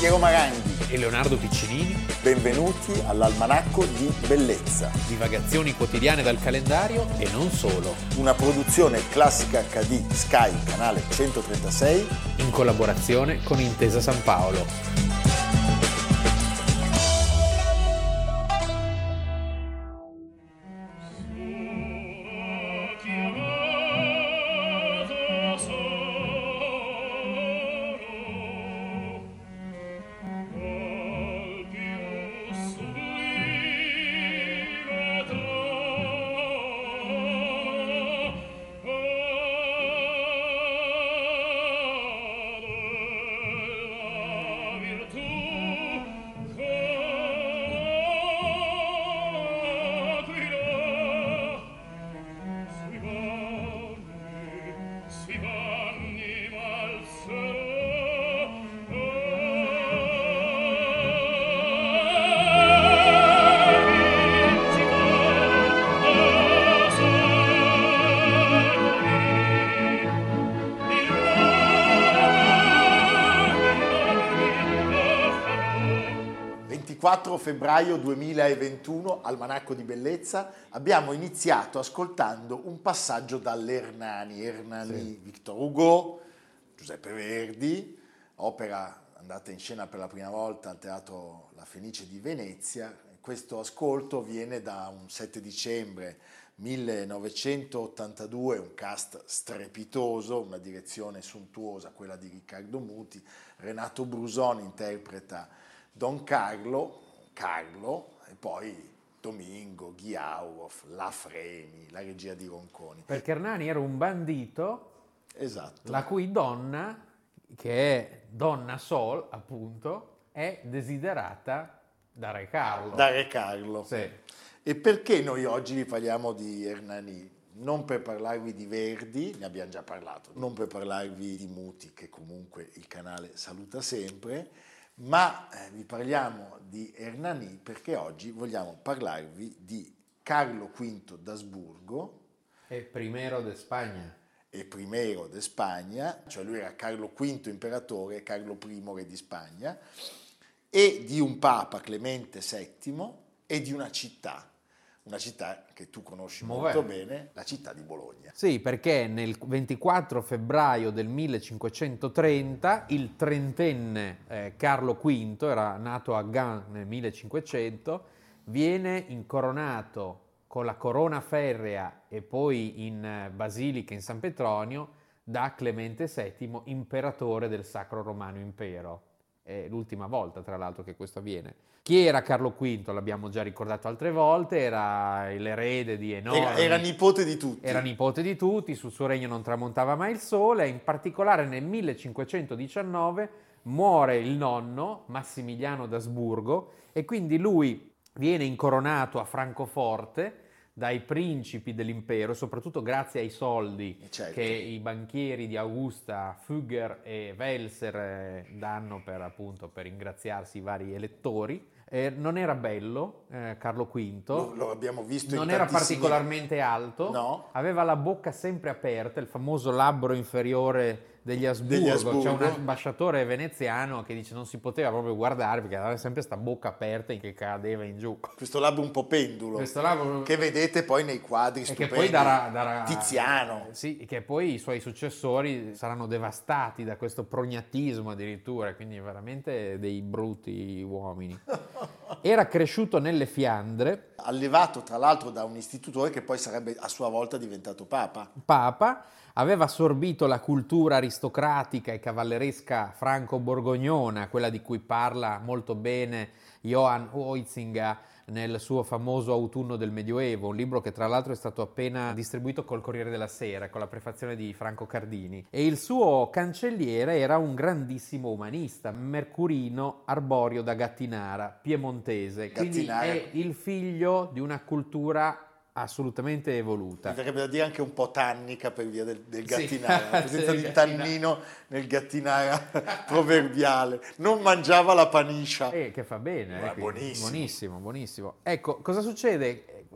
Piero Maranghi e Leonardo Piccinini. Benvenuti all'Almanacco di Bellezza. Divagazioni quotidiane dal calendario e non solo. Una produzione Classica HD Sky, canale 136. In collaborazione con Intesa San Paolo. Febbraio 2021, Almanacco di Bellezza. Abbiamo iniziato ascoltando un passaggio dall'Hernani, sì. Victor Hugo, Giuseppe Verdi, opera andata in scena per la prima volta al Teatro La Fenice di Venezia. Questo ascolto viene da un 7 dicembre 1982, un cast strepitoso, una direzione sontuosa, quella di Riccardo Muti. Renato Brusoni interpreta Don Carlo e poi Domingo, Ghiaurov, La Freni, la regia di Ronconi. Perché Hernani era un bandito, esatto, la cui donna, che è Donna Sol, appunto, è desiderata da Re Carlo. Da Re Carlo. Sì. E perché noi oggi vi parliamo di Hernani? Non per parlarvi di Verdi, ne abbiamo già parlato, non per parlarvi di Muti, che comunque il canale saluta sempre, ma vi parliamo di Hernani perché oggi vogliamo parlarvi di Carlo V d'Asburgo e Primero de Spagna. Cioè lui era Carlo V imperatore e Carlo I re di Spagna, e di un papa Clemente VII e di una città che tu conosci molto bene, la città di Bologna. Sì, perché nel 24 febbraio del 1530 il trentenne Carlo V, era nato a Gand nel 1500, viene incoronato con la corona ferrea e poi in basilica in San Petronio da Clemente VII, imperatore del Sacro Romano Impero. È l'ultima volta, tra l'altro, che questo avviene. Chi era Carlo V? L'abbiamo già ricordato altre volte, era l'erede di enormi... Era nipote di tutti. Era nipote di tutti, sul suo regno non tramontava mai il sole, e in particolare nel 1519 muore il nonno, Massimiliano d'Asburgo, e quindi lui viene incoronato a Francoforte dai principi dell'impero, soprattutto grazie ai soldi che i banchieri di Augusta, Fugger e Welser danno per ingraziarsi i vari elettori. Non era bello Carlo V, lo abbiamo visto non era particolarmente alto, no. Aveva la bocca sempre aperta, il famoso labbro inferiore degli Asburgo. C'è un ambasciatore veneziano che dice non si poteva proprio guardare perché aveva sempre questa bocca aperta che cadeva in giù. Questo labbro un po' pendulo, che vedete poi nei quadri stupendi, che poi darà Tiziano. Sì, che poi i suoi successori saranno devastati da questo prognatismo addirittura, quindi veramente dei brutti uomini. Era cresciuto nelle Fiandre, allevato tra l'altro da un istitutore che poi sarebbe a sua volta diventato papa. Aveva assorbito la cultura aristocratica e cavalleresca franco-borgognona, quella di cui parla molto bene Johann Huizinga nel suo famoso Autunno del Medioevo, un libro che tra l'altro è stato appena distribuito col Corriere della Sera, con la prefazione di Franco Cardini. E il suo cancelliere era un grandissimo umanista, Mercurino Arborio da Gattinara, piemontese. Quindi è il figlio di una cultura assolutamente evoluta. Mi verrebbe da dire anche un po' tannica per via del Gattinara, la presenza di tannino nel Gattinara proverbiale. Non mangiava la paniscia. Che fa bene. Buonissimo. Buonissimo. Ecco, cosa succede?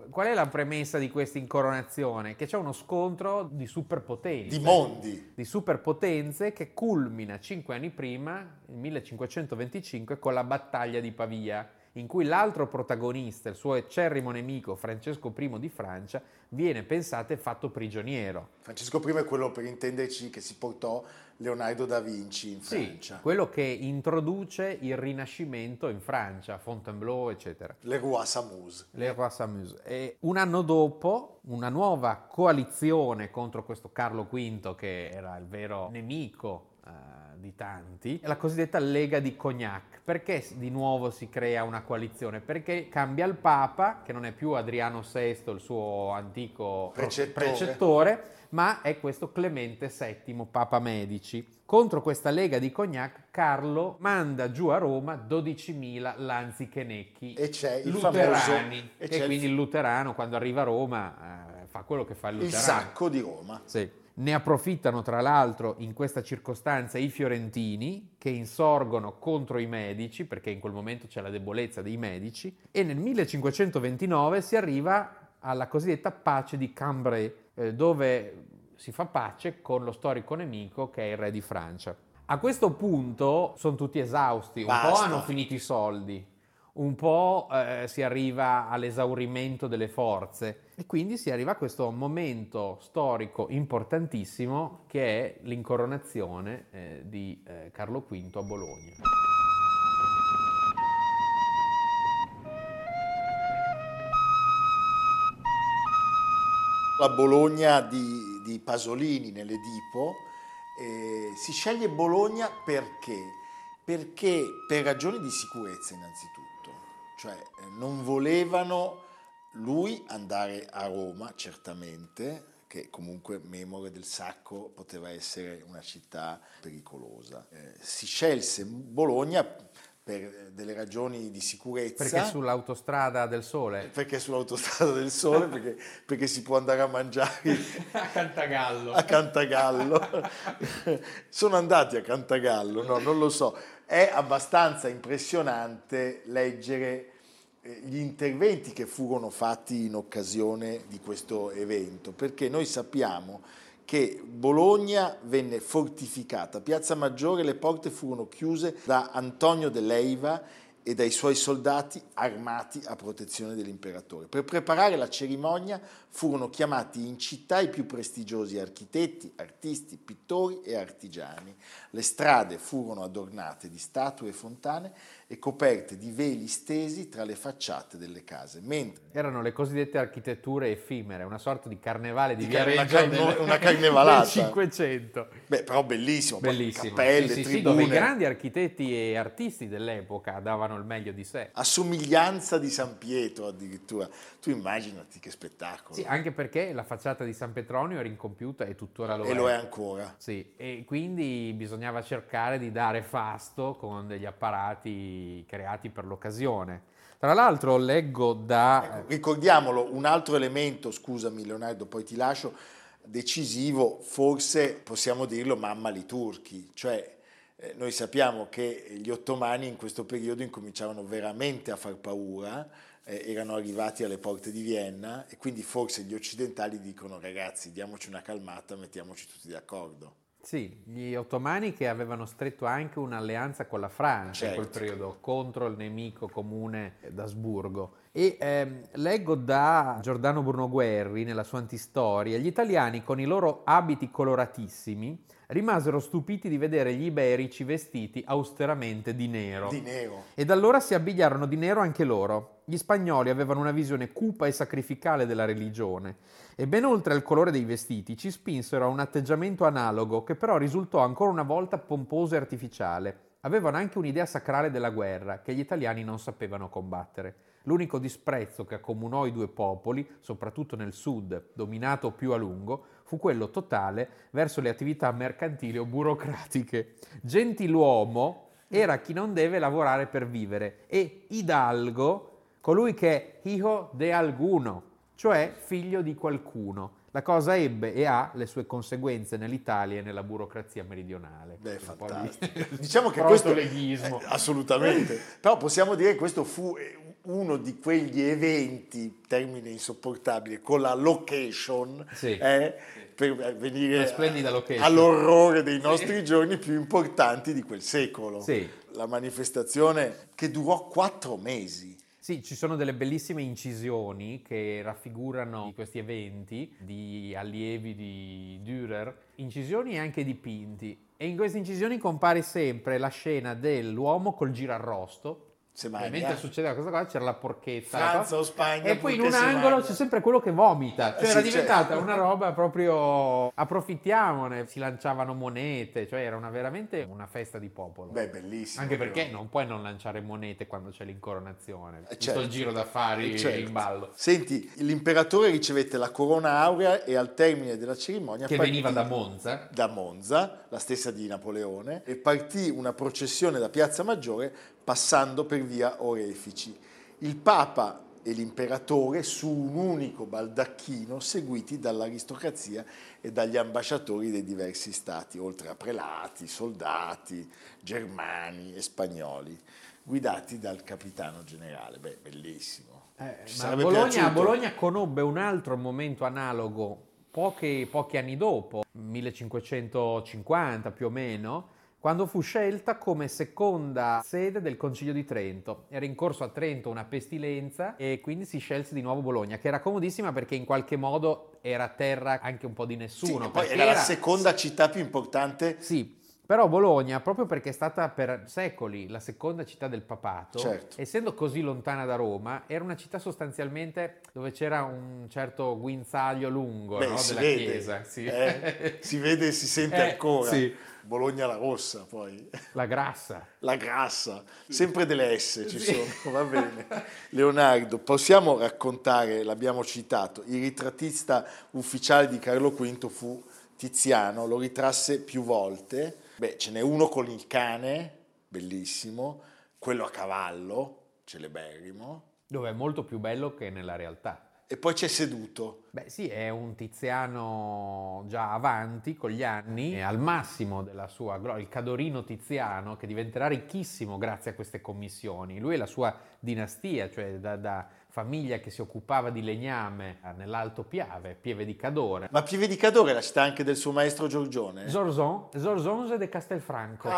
qual è la premessa di questa incoronazione? Che c'è uno scontro di superpotenze. Di mondi. Di superpotenze che culmina 5 anni prima, nel 1525, con la battaglia di Pavia, in cui l'altro protagonista, il suo acerrimo nemico Francesco I di Francia, viene, pensate, fatto prigioniero. Francesco I è quello, per intenderci, che si portò Leonardo da Vinci in Francia. Sì, quello che introduce il Rinascimento in Francia, Fontainebleau, eccetera. Le Roi Samuse. E un anno dopo, una nuova coalizione contro questo Carlo V, che era il vero nemico di tanti, la cosiddetta Lega di Cognac. Perché di nuovo si crea una coalizione? Perché cambia il Papa, che non è più Adriano VI, il suo antico precettore, ma è questo Clemente VII, Papa Medici. Contro questa Lega di Cognac, Carlo manda giù a Roma 12.000 lanzichenecchi e c'è il luterani. famoso, e quindi il luterano, quando arriva a Roma, fa quello che fa il luterano. Il sacco di Roma. Sì. Ne approfittano tra l'altro in questa circostanza i fiorentini, che insorgono contro i medici, perché in quel momento c'è la debolezza dei medici, e nel 1529 si arriva alla cosiddetta pace di Cambrai, dove si fa pace con lo storico nemico che è il re di Francia. A questo punto sono tutti esausti, un po' hanno finito i soldi, un po' si arriva all'esaurimento delle forze e quindi si arriva a questo momento storico importantissimo che è l'incoronazione di Carlo V a Bologna. La Bologna di Pasolini nell'Edipo, si sceglie Bologna perché per ragioni di sicurezza innanzitutto, cioè non volevano lui andare a Roma certamente, che comunque memore del Sacco poteva essere una città pericolosa. Si scelse Bologna per delle ragioni di sicurezza. Perché sull'autostrada del Sole? Perché sull'autostrada del Sole, perché si può andare a mangiare a Cantagallo. A Cantagallo. Sono andati a Cantagallo? No, non lo so. È abbastanza impressionante leggere gli interventi che furono fatti in occasione di questo evento, perché noi sappiamo che Bologna venne fortificata, Piazza Maggiore le porte furono chiuse da Antonio de Leyva e dai suoi soldati armati a protezione dell'imperatore. Per preparare la cerimonia furono chiamati in città i più prestigiosi architetti, artisti, pittori e artigiani. Le strade furono adornate di statue e fontane e coperte di veli stesi tra le facciate delle case. Mentre erano le cosiddette architetture effimere, una sorta di carnevale di Viareggio una carnevalata del 500. Beh, però bellissimo, bellissimo. Cappelle, sì, tribune. Dove i grandi architetti e artisti dell'epoca davano il meglio di sé. A somiglianza di San Pietro addirittura. Tu immaginati che spettacolo. Sì, anche perché la facciata di San Petronio era incompiuta e tuttora lo è. E lo è ancora. Sì, e quindi bisognava cercare di dare fasto con degli apparati creati per l'occasione. Tra l'altro leggo da... Ecco, ricordiamolo, un altro elemento, scusami Leonardo, poi ti lascio, decisivo, forse possiamo dirlo, mamma li turchi, cioè noi sappiamo che gli ottomani in questo periodo incominciavano veramente a far paura, erano arrivati alle porte di Vienna e quindi forse gli occidentali dicono ragazzi diamoci una calmata, mettiamoci tutti d'accordo. Sì, gli ottomani che avevano stretto anche un'alleanza con la Francia in quel periodo contro il nemico comune d'Asburgo. E leggo da Giordano Bruno Guerri nella sua Antistoria: gli italiani con i loro abiti coloratissimi rimasero stupiti di vedere gli iberici vestiti austeramente di nero. Di nero. E da allora si abbigliarono di nero anche loro. Gli spagnoli avevano una visione cupa e sacrificale della religione e ben oltre al colore dei vestiti ci spinsero a un atteggiamento analogo che però risultò ancora una volta pomposo e artificiale. Avevano anche un'idea sacrale della guerra che gli italiani non sapevano combattere. L'unico disprezzo che accomunò i due popoli, soprattutto nel sud, dominato più a lungo, fu quello totale verso le attività mercantili o burocratiche. Gentiluomo era chi non deve lavorare per vivere e hidalgo colui che è hijo de alguno, cioè figlio di qualcuno. la cosa ebbe e ha le sue conseguenze nell'Italia e nella burocrazia meridionale. Beh, Un po' fantastico. Diciamo che questo protoleghismo. assolutamente. Però possiamo dire che questo fu uno di quegli eventi, termine insopportabile, con la location, Sì. per venire Una splendida location. all'orrore dei nostri giorni, più importanti di quel secolo. Sì. La manifestazione che durò 4 mesi. Sì, ci sono delle bellissime incisioni che raffigurano questi eventi di allievi di Dürer, incisioni e anche dipinti. E in queste incisioni compare sempre la scena dell'uomo col girarrosto. Mentre succedeva questa cosa c'era la porchetta, Francia o Spagna, e poi in un angolo c'è sempre quello che vomita, cioè era diventata una roba proprio approfittiamone, si lanciavano monete, cioè era veramente una festa di popolo. Beh, bellissimo. Anche perché non puoi non lanciare monete quando c'è l'incoronazione, tutto certo, il giro d'affari in ballo. Senti, l'imperatore ricevette la corona aurea e al termine della cerimonia che veniva da Monza. Da Monza, la stessa di Napoleone, e partì una processione da Piazza Maggiore passando per via Orefici. Il Papa e l'imperatore su un unico baldacchino seguiti dall'aristocrazia e dagli ambasciatori dei diversi stati, oltre a prelati, soldati, germani e spagnoli, guidati dal capitano generale. Beh, bellissimo. Ma Bologna conobbe un altro momento analogo pochi anni dopo, 1550 più o meno, quando fu scelta come seconda sede del Concilio di Trento. Era in corso a Trento una pestilenza e quindi si scelse di nuovo Bologna, che era comodissima perché in qualche modo era terra anche un po' di nessuno. Sì, poi era la seconda città più importante. Sì, però Bologna, proprio perché è stata per secoli la seconda città del papato, certo, essendo così lontana da Roma, era una città sostanzialmente dove c'era un certo guinzaglio lungo, no, della chiesa. Sì. Si vede e si sente ancora. Sì. Bologna la rossa, poi. La grassa. La grassa. Sempre delle S ci sono, va bene. Leonardo, possiamo raccontare, l'abbiamo citato, il ritrattista ufficiale di Carlo V fu Tiziano, lo ritrasse più volte. Beh, ce n'è uno con il cane, bellissimo, quello a cavallo, celeberrimo. Dove è molto più bello che nella realtà. E poi c'è seduto. Beh sì, è un Tiziano già avanti con gli anni, è al massimo della sua gloria, il Cadorino Tiziano, che diventerà ricchissimo grazie a queste commissioni. Lui e la sua dinastia, cioè da famiglia che si occupava di legname nell'Alto Pieve di Cadore. Ma Pieve di Cadore è la città anche del suo maestro Giorgione? Zorzon de Castelfranco.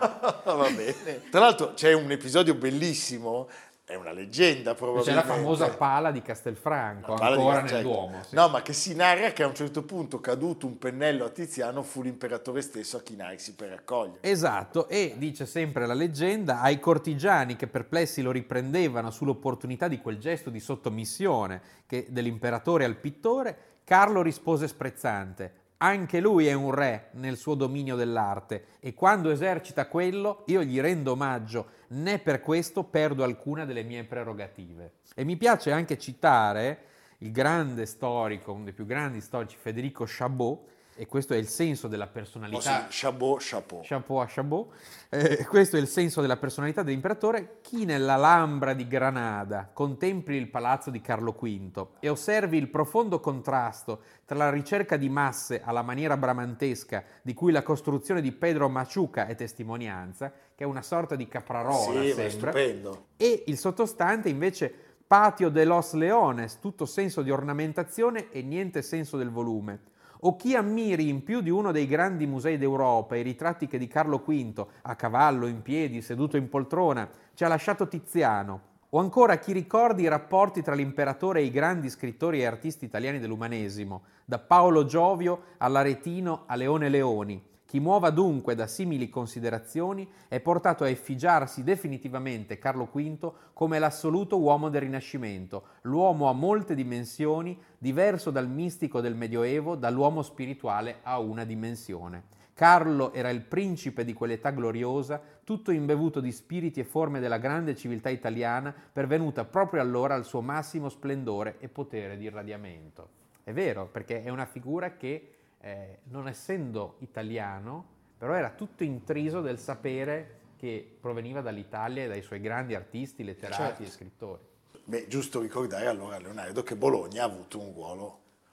Va bene. Tra l'altro c'è un episodio bellissimo. È una leggenda probabilmente. C'è la famosa pala di Castelfranco, ancora nel Duomo. Sì. No, ma che si narra che a un certo punto, caduto un pennello a Tiziano, fu l'imperatore stesso a chinarsi per raccogliere. Esatto, e dice sempre la leggenda, ai cortigiani che perplessi lo riprendevano sull'opportunità di quel gesto di sottomissione dell'imperatore al pittore, Carlo rispose sprezzante: anche lui è un re nel suo dominio dell'arte e quando esercita quello io gli rendo omaggio, né per questo perdo alcuna delle mie prerogative. E mi piace anche citare il grande storico, uno dei più grandi storici, Federico Chabot, e questo è il senso della personalità. Chapeau. Chapeau a Chabot. Questo è il senso della personalità dell'imperatore. Chi nell'Alhambra di Granada contempli il palazzo di Carlo V e osservi il profondo contrasto tra la ricerca di masse alla maniera bramantesca di cui la costruzione di Pedro Machuca è testimonianza, che è una sorta di caprarola, sì, sembra, stupendo. E il sottostante invece Patio de los Leones, tutto senso di ornamentazione e niente senso del volume. O chi ammiri in più di uno dei grandi musei d'Europa i ritratti che di Carlo V, a cavallo, in piedi, seduto in poltrona, ci ha lasciato Tiziano, o ancora chi ricordi i rapporti tra l'imperatore e i grandi scrittori e artisti italiani dell'umanesimo, da Paolo Giovio all'Aretino a Leone Leoni. Chi muova dunque da simili considerazioni è portato a effigiarsi definitivamente Carlo V come l'assoluto uomo del Rinascimento, l'uomo a molte dimensioni, diverso dal mistico del Medioevo, dall'uomo spirituale a una dimensione. Carlo era il principe di quell'età gloriosa, tutto imbevuto di spiriti e forme della grande civiltà italiana, pervenuta proprio allora al suo massimo splendore e potere di irradiamento. È vero, perché è una figura che non essendo italiano, però era tutto intriso del sapere che proveniva dall'Italia e dai suoi grandi artisti, letterati e scrittori. Beh, giusto ricordare allora, Leonardo, che Bologna ha avuto un ruolo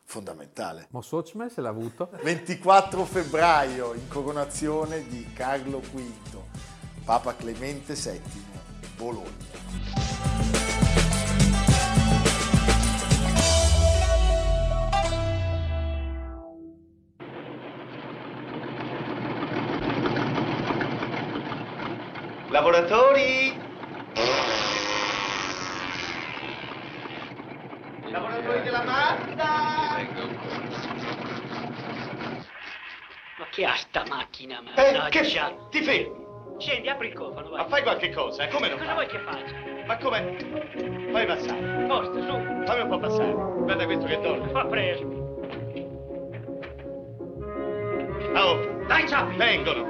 fondamentale. Mo Sochme se l'ha avuto. 24 febbraio, incoronazione di Carlo V, Papa Clemente VII, Bologna. Lavoratori! Lavoratori della Mazda! Ma che ha sta macchina, mannaggia? Che fa? Ti fermi! Scendi, apri il cofano, vai. Ma fai qualche cosa, come non Cosa fai? vuoi che faccia? Ma come? Fai passare. Forza, su, Fammi un po' passare. Guarda questo che dorme. fa preso. Oh, Dai, Ciappi! vengono!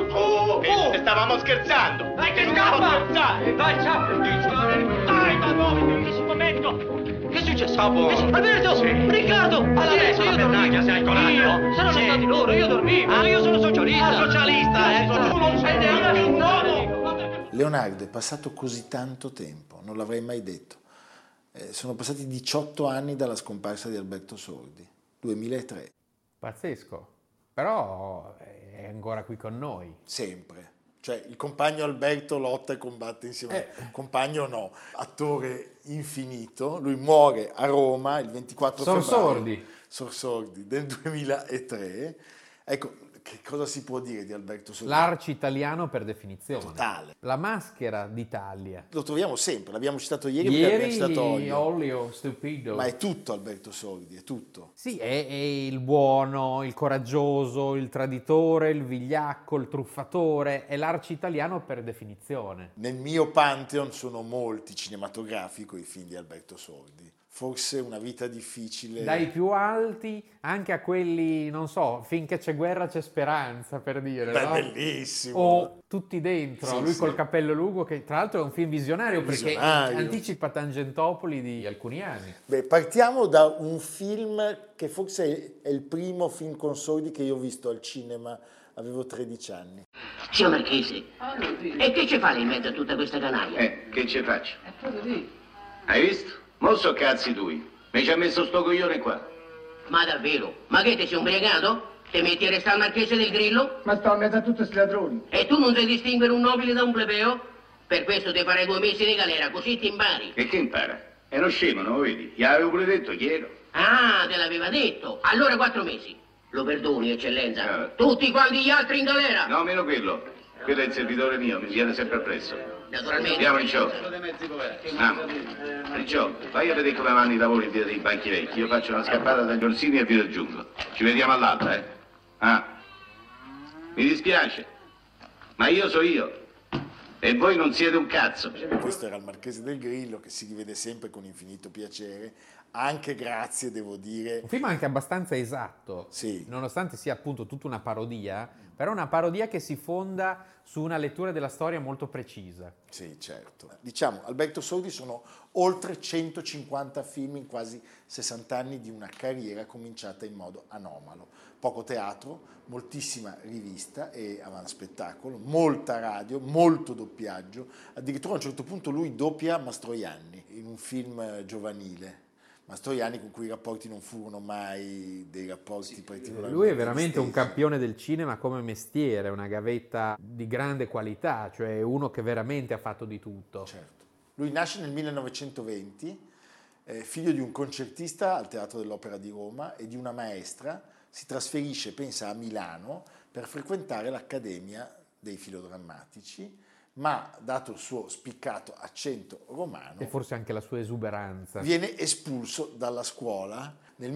Stavamo scherzando! Dai, che Non si può scappa! scherzare! Dai, Ciappi! Dai, da nuovo! Che si momento! Che è successo? Alberto! Sì. Riccardo! Adesso la pernaglia, sei colato? Io? Sono Sì. stati loro, io dormivo! Ah, io sono socialista! Ah, socialista, Tu non sei neanche un uomo! Leonardo è passato così tanto tempo, non l'avrei mai detto. Sono passati 18 anni dalla scomparsa di Alberto Sordi, 2003. Pazzesco. Però è ancora qui con noi. Sempre. Cioè il compagno Alberto lotta e combatte insieme. Compagno no, attore infinito. Lui muore a Roma il 24 febbraio. Sorsordi del 2003. Ecco, che cosa si può dire di Alberto Sordi? L'arci italiano per definizione. Totale. La maschera d'Italia. Lo troviamo sempre, l'abbiamo citato ieri perché abbiamo citato Olio. Olio, stupido. Ma è tutto Alberto Sordi, è tutto. Sì, è il buono, il coraggioso, il traditore, il vigliacco, il truffatore, è l'arci italiano per definizione. Nel mio pantheon sono molti cinematografico i film di Alberto Sordi. Forse Una vita difficile. Dai più alti anche a quelli, non so, Finché c'è guerra c'è speranza, per dire. Beh, no? bellissimo. O Tutti dentro, Sì, lui sì. col cappello lungo, che tra l'altro è un film visionario, perché anticipa Tangentopoli di alcuni anni. Beh, partiamo da un film che forse è il primo film con Sordi che io ho visto al cinema, avevo 13 anni. Signor Marchese, e che ci fa lì in mezzo a tutta questa canaglia? Che ci faccio? Hai visto? Mo so cazzi tui. Mi ci ha messo sto coglione qua. Ma davvero? Ma che ti sei ubriacato? Ti metti a restare al Marchese del Grillo? Ma sto in mezzo a tutti questi ladroni. E tu non sai distinguere un nobile da un plebeo? Per questo ti farei 2 mesi di galera, così ti impari. E che impara? È uno scemo, non lo vedi? Gli avevo pure detto chi ero. Ah, te l'aveva detto. Allora 4 mesi. Lo perdoni, eccellenza. Ah. Tutti quanti gli altri in galera. No, meno quello. Quello è il servitore mio, mi viene sempre appresso. Naturalmente. Andiamo, Ricciò. Andiamo. Ricciò, vai a vedere come vanno i lavori in via dei Banchi Vecchi. Io faccio una scappata dagli Orsini e vi raggiungo. Ci vediamo all'altra, eh? Ah. Mi dispiace, ma io so io. E voi non siete un cazzo. Questo era il Marchese del Grillo, che si rivede sempre con infinito piacere, anche grazie, devo dire. Un film anche abbastanza esatto, Sì. nonostante sia appunto tutta una parodia, però una parodia che si fonda su una lettura della storia molto precisa. Sì, certo. Diciamo, Alberto Sordi sono oltre 150 film in quasi 60 anni di una carriera cominciata in modo anomalo. Poco teatro, moltissima rivista e avanspettacolo, molta radio, molto doppiaggio. Addirittura a un certo punto lui doppia Mastroianni in un film giovanile. Mastroianni con cui i rapporti non furono mai dei rapporti particolarmente Lui è veramente un distesi. campione del cinema come mestiere, una gavetta di grande qualità, cioè uno che veramente ha fatto di tutto. Certo. Lui nasce nel 1920, figlio di un concertista al Teatro dell'Opera di Roma e di una maestra. Si trasferisce, pensa, a Milano per frequentare l'Accademia dei Filodrammatici, ma dato il suo spiccato accento romano E forse anche la sua esuberanza. viene espulso dalla scuola. Nel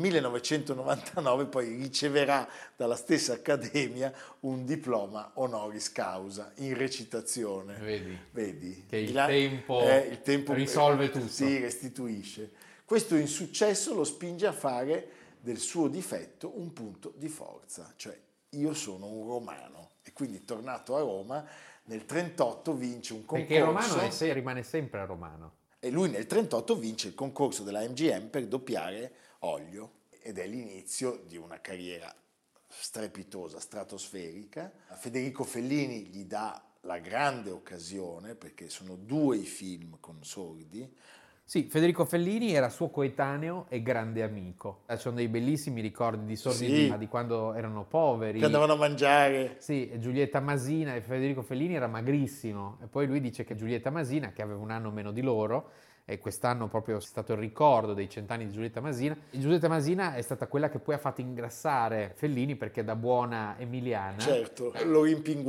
1999 poi riceverà dalla stessa accademia un diploma honoris causa in recitazione. Vedi? Che il tempo il risolve tutto. Sì, restituisce. Questo insuccesso lo spinge a fare del suo difetto un punto di forza, cioè io sono un romano, e quindi tornato a Roma nel 1938 vince un concorso. Perché romano rimane sempre romano. E lui nel 1938 vince il concorso della MGM per doppiare Olio, ed è l'inizio di una carriera strepitosa, stratosferica. Federico Fellini gli dà la grande occasione, perché sono 2 i film con Sordi. Sì, Federico Fellini era suo coetaneo e grande amico. Ci sono dei bellissimi ricordi di Sorridima, di quando erano poveri. Che andavano a mangiare. Sì, Giulietta Masina, e Federico Fellini era magrissimo. E poi lui dice che Giulietta Masina, che aveva un anno meno di loro, e quest'anno proprio è stato il ricordo dei 100 anni di Giulietta Masina. E Giulietta Masina è stata quella che poi ha fatto ingrassare Fellini, perché da buona emiliana... Certo, lo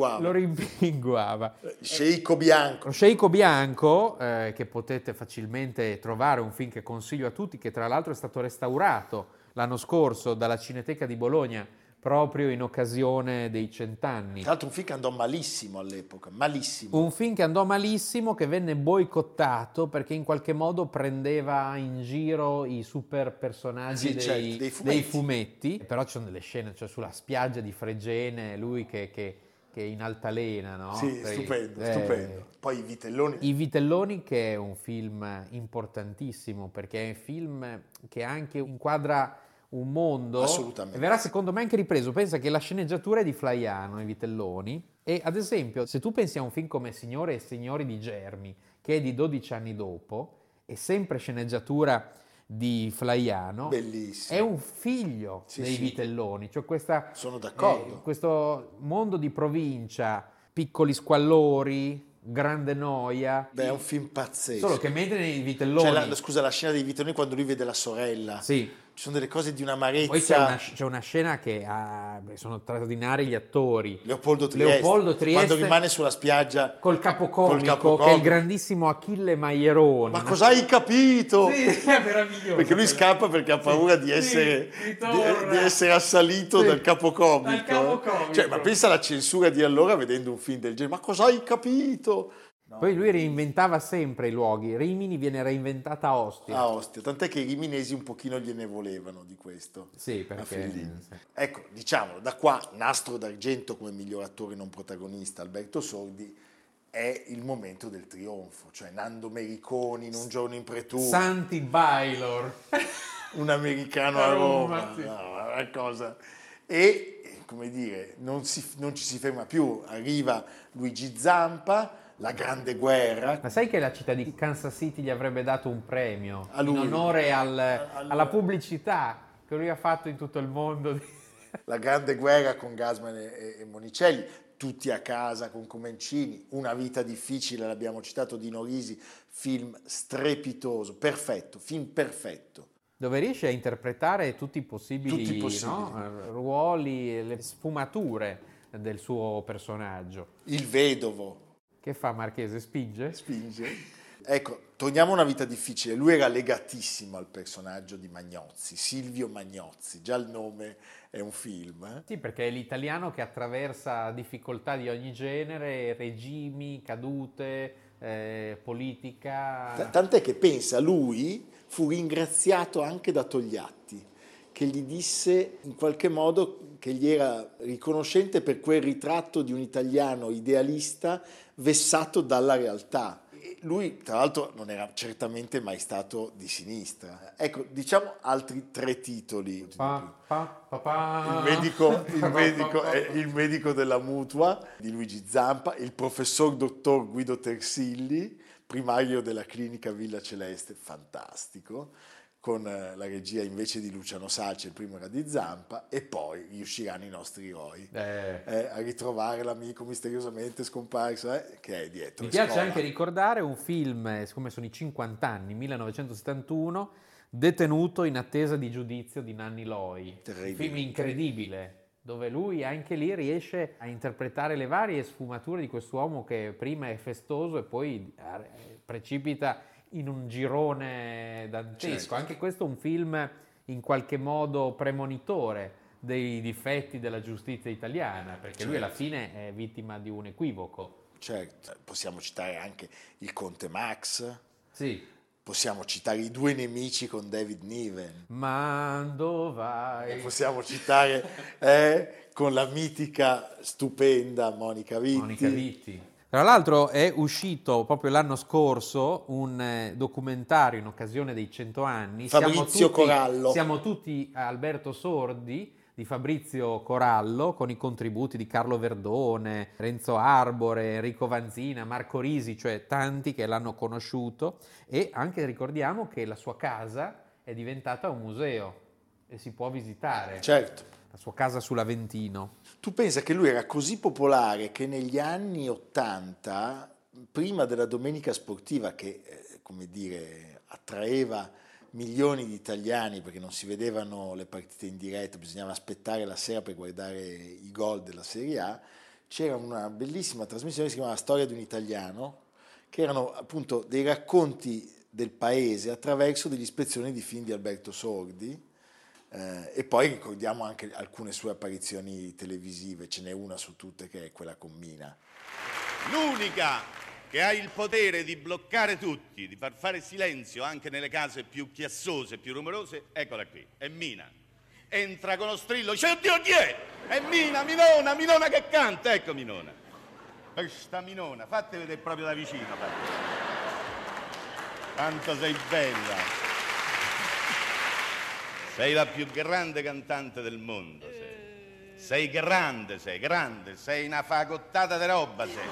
rimpinguava. Sceicco Bianco. Lo Sceicco Bianco, che potete facilmente trovare, un film che consiglio a tutti, che tra l'altro è stato restaurato l'anno scorso dalla Cineteca di Bologna, proprio in occasione dei 100 anni. Tra l'altro un film che andò malissimo all'epoca, malissimo. Un film che andò malissimo, che venne boicottato perché in qualche modo prendeva in giro i super personaggi dei fumetti. Però ci sono delle scene, cioè sulla spiaggia di Fregene, lui che in altalena, no? Sì, stupendo. Poi I Vitelloni. I Vitelloni, che è un film importantissimo, perché è un film che anche inquadra un mondo, assolutamente, verrà secondo me anche ripreso. Pensa che la sceneggiatura è di Flaiano, I Vitelloni, e ad esempio se tu pensi a un film come Signore e Signori di Germi, che è di 12 anni dopo, è sempre sceneggiatura di Flaiano, bellissimo, è un figlio dei Vitelloni, cioè sono d'accordo, questo mondo di provincia, piccoli squallori, grande noia. Beh, è un film pazzesco. Solo che mentre nei Vitelloni, la scena dei Vitelloni quando lui vede la sorella, sì, ci sono delle cose di un'amarezza. Poi c'è una scena che sono straordinari gli attori. Leopoldo Trieste quando rimane sulla spiaggia col capocomico, che è il grandissimo Achille Maieroni. Ma cosa hai capito? Sì, è meraviglioso. Perché lui scappa perché ha paura di essere assalito dal capocomico. Cioè, ma pensa alla censura di allora vedendo un film del genere. Ma cosa hai capito? No. Poi lui reinventava sempre i luoghi. Rimini viene reinventata a Ostia. A Ostia, tant'è che i riminesi un pochino gliene volevano di questo. Sì, perché... Sì. Ecco, diciamolo, da qua Nastro d'Argento come miglior attore non protagonista, Alberto Sordi, è il momento del trionfo. Cioè Nando Mericoni in Un giorno in Pretura. Santi Bailor. Un americano a Roma. Sì. No, una cosa... E, come dire, non ci si ferma più. Arriva Luigi Zampa, La Grande Guerra. Ma sai che la città di Kansas City gli avrebbe dato un premio a lui, in onore alla pubblicità che lui ha fatto in tutto il mondo? La Grande Guerra con Gassman e Monicelli, Tutti a casa con Comencini, Una vita difficile, l'abbiamo citato, Dino Risi, film strepitoso, perfetto, film perfetto. Dove riesce a interpretare tutti i possibili. No? Ruoli e le sfumature del suo personaggio. Il vedovo. Che fa Marchese? Spinge? Ecco, torniamo a Una vita difficile. Lui era legatissimo al personaggio di Magnozzi, Silvio Magnozzi. Già il nome è un film. Sì, perché è l'italiano che attraversa difficoltà di ogni genere, regimi, cadute, politica. Tant'è che pensa, lui fu ringraziato anche da Togliatti, che gli disse in qualche modo che gli era riconoscente per quel ritratto di un italiano idealista vessato dalla realtà. Lui, tra l'altro, non era certamente mai stato di sinistra. Ecco, diciamo altri 3 titoli. Il medico della mutua di Luigi Zampa, il professor dottor Guido Tersilli, primario della clinica Villa Celeste, fantastico, con la regia invece di Luciano Salce, il primo era di Zampa, e poi riusciranno i nostri eroi a ritrovare l'amico misteriosamente scomparso che è dietro. Mi piace anche ricordare un film, siccome sono i 50 anni, 1971, Detenuto in attesa di giudizio di Nanni Loi. Un film incredibile, dove lui anche lì riesce a interpretare le varie sfumature di quest'uomo che prima è festoso e poi precipita in un girone dantesco. Certo. Anche questo è un film in qualche modo premonitore dei difetti della giustizia italiana, perché lui alla fine è vittima di un equivoco. Certo, possiamo citare anche Il Conte Max. Sì. Possiamo citare I due nemici con David Niven. Mando vai. Possiamo citare con la mitica, stupenda Monica Vitti. Tra l'altro è uscito proprio l'anno scorso un documentario in occasione dei 100 anni. Fabrizio Corallo. Siamo tutti Alberto Sordi, di Fabrizio Corallo, con i contributi di Carlo Verdone, Renzo Arbore, Enrico Vanzina, Marco Risi, cioè tanti che l'hanno conosciuto, e anche ricordiamo che la sua casa è diventata un museo e si può visitare. Certo. La sua casa sull'Aventino. Tu pensa che lui era così popolare che negli anni '80, prima della domenica sportiva, che attraeva milioni di italiani perché non si vedevano le partite in diretta, bisognava aspettare la sera per guardare i gol della Serie A, c'era una bellissima trasmissione che si chiamava Storia di un italiano, che erano appunto dei racconti del paese attraverso delle ispezioni di film di Alberto Sordi. E poi ricordiamo anche alcune sue apparizioni televisive, ce n'è una su tutte che è quella con Mina. L'unica che ha il potere di bloccare tutti, di far fare silenzio anche nelle case più chiassose, più rumorose, eccola qui, è Mina. Entra con lo strillo, dice oddio chi è? È Mina, Minona che canta, ecco Minona. Questa Minona, fate vedere proprio da vicino. Quanto sei bella. Sei la più grande cantante del mondo, sei grande, sei una fagottata di roba, sei.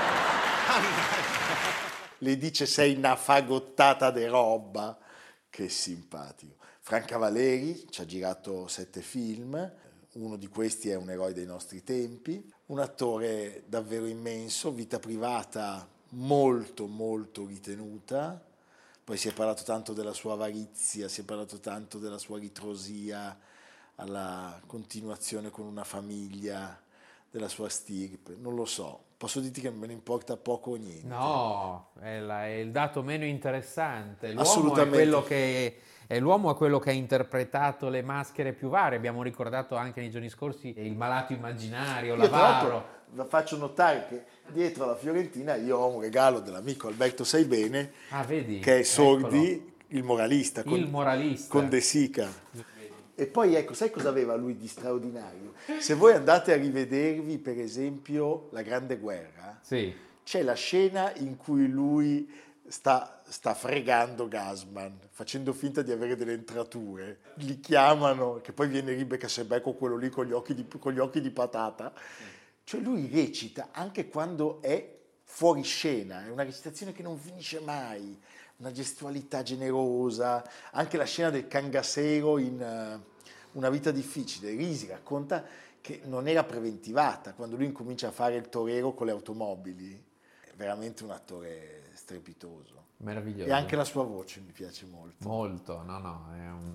Le dice sei una fagottata de roba, che simpatico. Franca Valeri ci ha girato 7 film, uno di questi è un eroe dei nostri tempi, un attore davvero immenso, vita privata molto molto ritenuta. Poi si è parlato tanto della sua avarizia, si è parlato tanto della sua ritrosia alla continuazione con una famiglia, della sua stirpe. Non lo so, posso dirti che me ne importa poco o niente. No, è il dato meno interessante. Assolutamente. L'uomo è quello che ha interpretato le maschere più varie. Abbiamo ricordato anche nei giorni scorsi il malato immaginario, Io tra l'altro l'avaro. faccio notare che dietro alla Fiorentina io ho un regalo dell'amico Alberto Saibene, Vedi? che è Sordi, Eccolo. il moralista, con De Sica. E poi ecco, sai cosa aveva lui di straordinario? Se voi andate a rivedervi per esempio La Grande Guerra, Sì. c'è la scena in cui lui sta fregando Gassman, facendo finta di avere delle entrature, li chiamano, che poi viene Rebecca Sebecco, quello lì con gli occhi di patata. Cioè lui recita anche quando è fuori scena, è una recitazione che non finisce mai, una gestualità generosa, anche la scena del cangassero in Una vita difficile. Risi racconta che non era preventivata, quando lui incomincia a fare il torero con le automobili, è veramente un attore strepitoso. Meraviglioso. E anche la sua voce mi piace molto. Molto, no,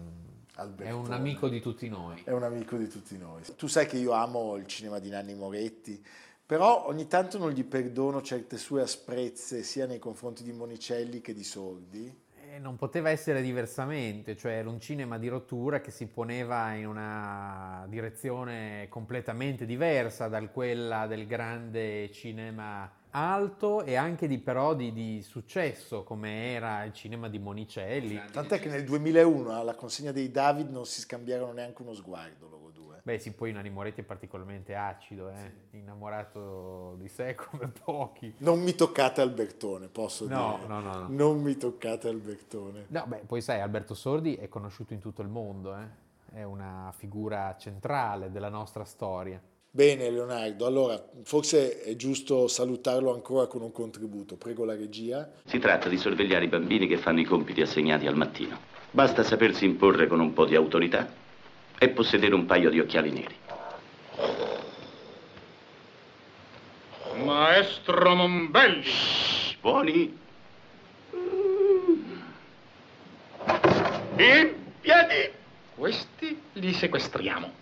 è un amico di tutti noi. È un amico di tutti noi. Tu sai che io amo il cinema di Nanni Moretti, però ogni tanto non gli perdono certe sue asprezze sia nei confronti di Monicelli che di Sordi. Non poteva essere diversamente, cioè era un cinema di rottura che si poneva in una direzione completamente diversa da quella del grande cinema alto e anche di successo come era il cinema di Monicelli. Tant'è che nel 2001 alla consegna dei David non si scambiarono neanche uno sguardo loro due. Beh sì, poi Nanni Moretti è particolarmente acido, Sì. Innamorato di sé come pochi. Non mi toccate Albertone, posso dire. No. Non mi toccate Albertone. No, beh, poi sai, Alberto Sordi è conosciuto in tutto il mondo, è una figura centrale della nostra storia. Bene Leonardo, allora forse è giusto salutarlo ancora con un contributo, prego la regia. Si tratta di sorvegliare i bambini che fanno i compiti assegnati al mattino. Basta sapersi imporre con un po' di autorità e possedere un paio di occhiali neri. Maestro Mombelli. Buoni? In piedi. Questi li sequestriamo.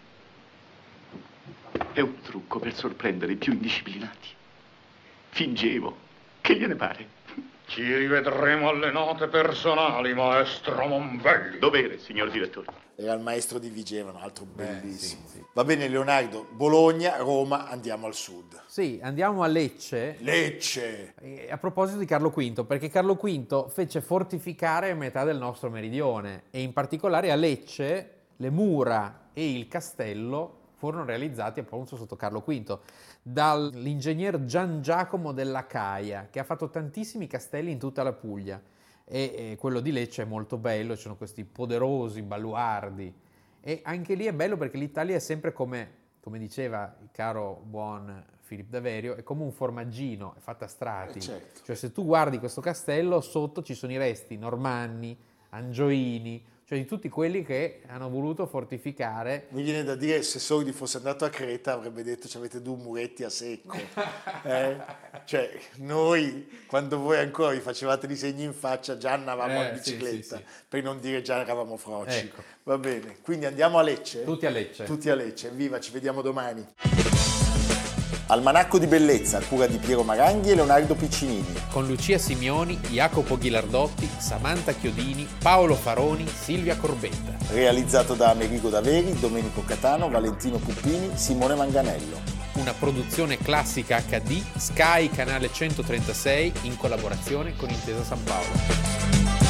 È un trucco per sorprendere i più indisciplinati. Fingevo. Che gliene pare? Ci rivedremo alle note personali, maestro Mombelli. Dovere, signor direttore. Era il maestro di Vigevano, altro bellissimo. Sì. Va bene Leonardo, Bologna, Roma, andiamo al sud. Sì, andiamo a Lecce. Lecce! A proposito di Carlo V, perché Carlo V fece fortificare metà del nostro meridione e in particolare a Lecce le mura e il castello furono realizzati appunto sotto Carlo V dall'ingegner Gian Giacomo della Caia, che ha fatto tantissimi castelli in tutta la Puglia e quello di Lecce è molto bello, ci sono questi poderosi baluardi E anche lì è bello perché l'Italia è sempre come diceva il caro buon Filippo Daverio, è come un formaggino, è fatta a strati. Certo. Cioè se tu guardi questo castello, sotto ci sono i resti normanni, angioini, cioè di tutti quelli che hanno voluto fortificare. Mi viene da dire, se Sordi fosse andato a Creta avrebbe detto ci avete due muretti a secco. Cioè noi, quando voi ancora vi facevate disegni in faccia, già andavamo in bicicletta, sì. per non dire già eravamo froci. Ecco. Va bene, quindi andiamo a Lecce? Tutti a Lecce. Tutti a Lecce, viva, ci vediamo domani. Almanacco di bellezza a cura di Piero Maranghi e Leonardo Piccinini. Con Lucia Simioni, Jacopo Ghilardotti, Samantha Chiodini, Paolo Faroni, Silvia Corbetta. Realizzato da Amerigo Daveri, Domenico Catano, Valentino Puppini, Simone Manganello. Una produzione classica HD, Sky Canale 136 in collaborazione con Intesa San Paolo.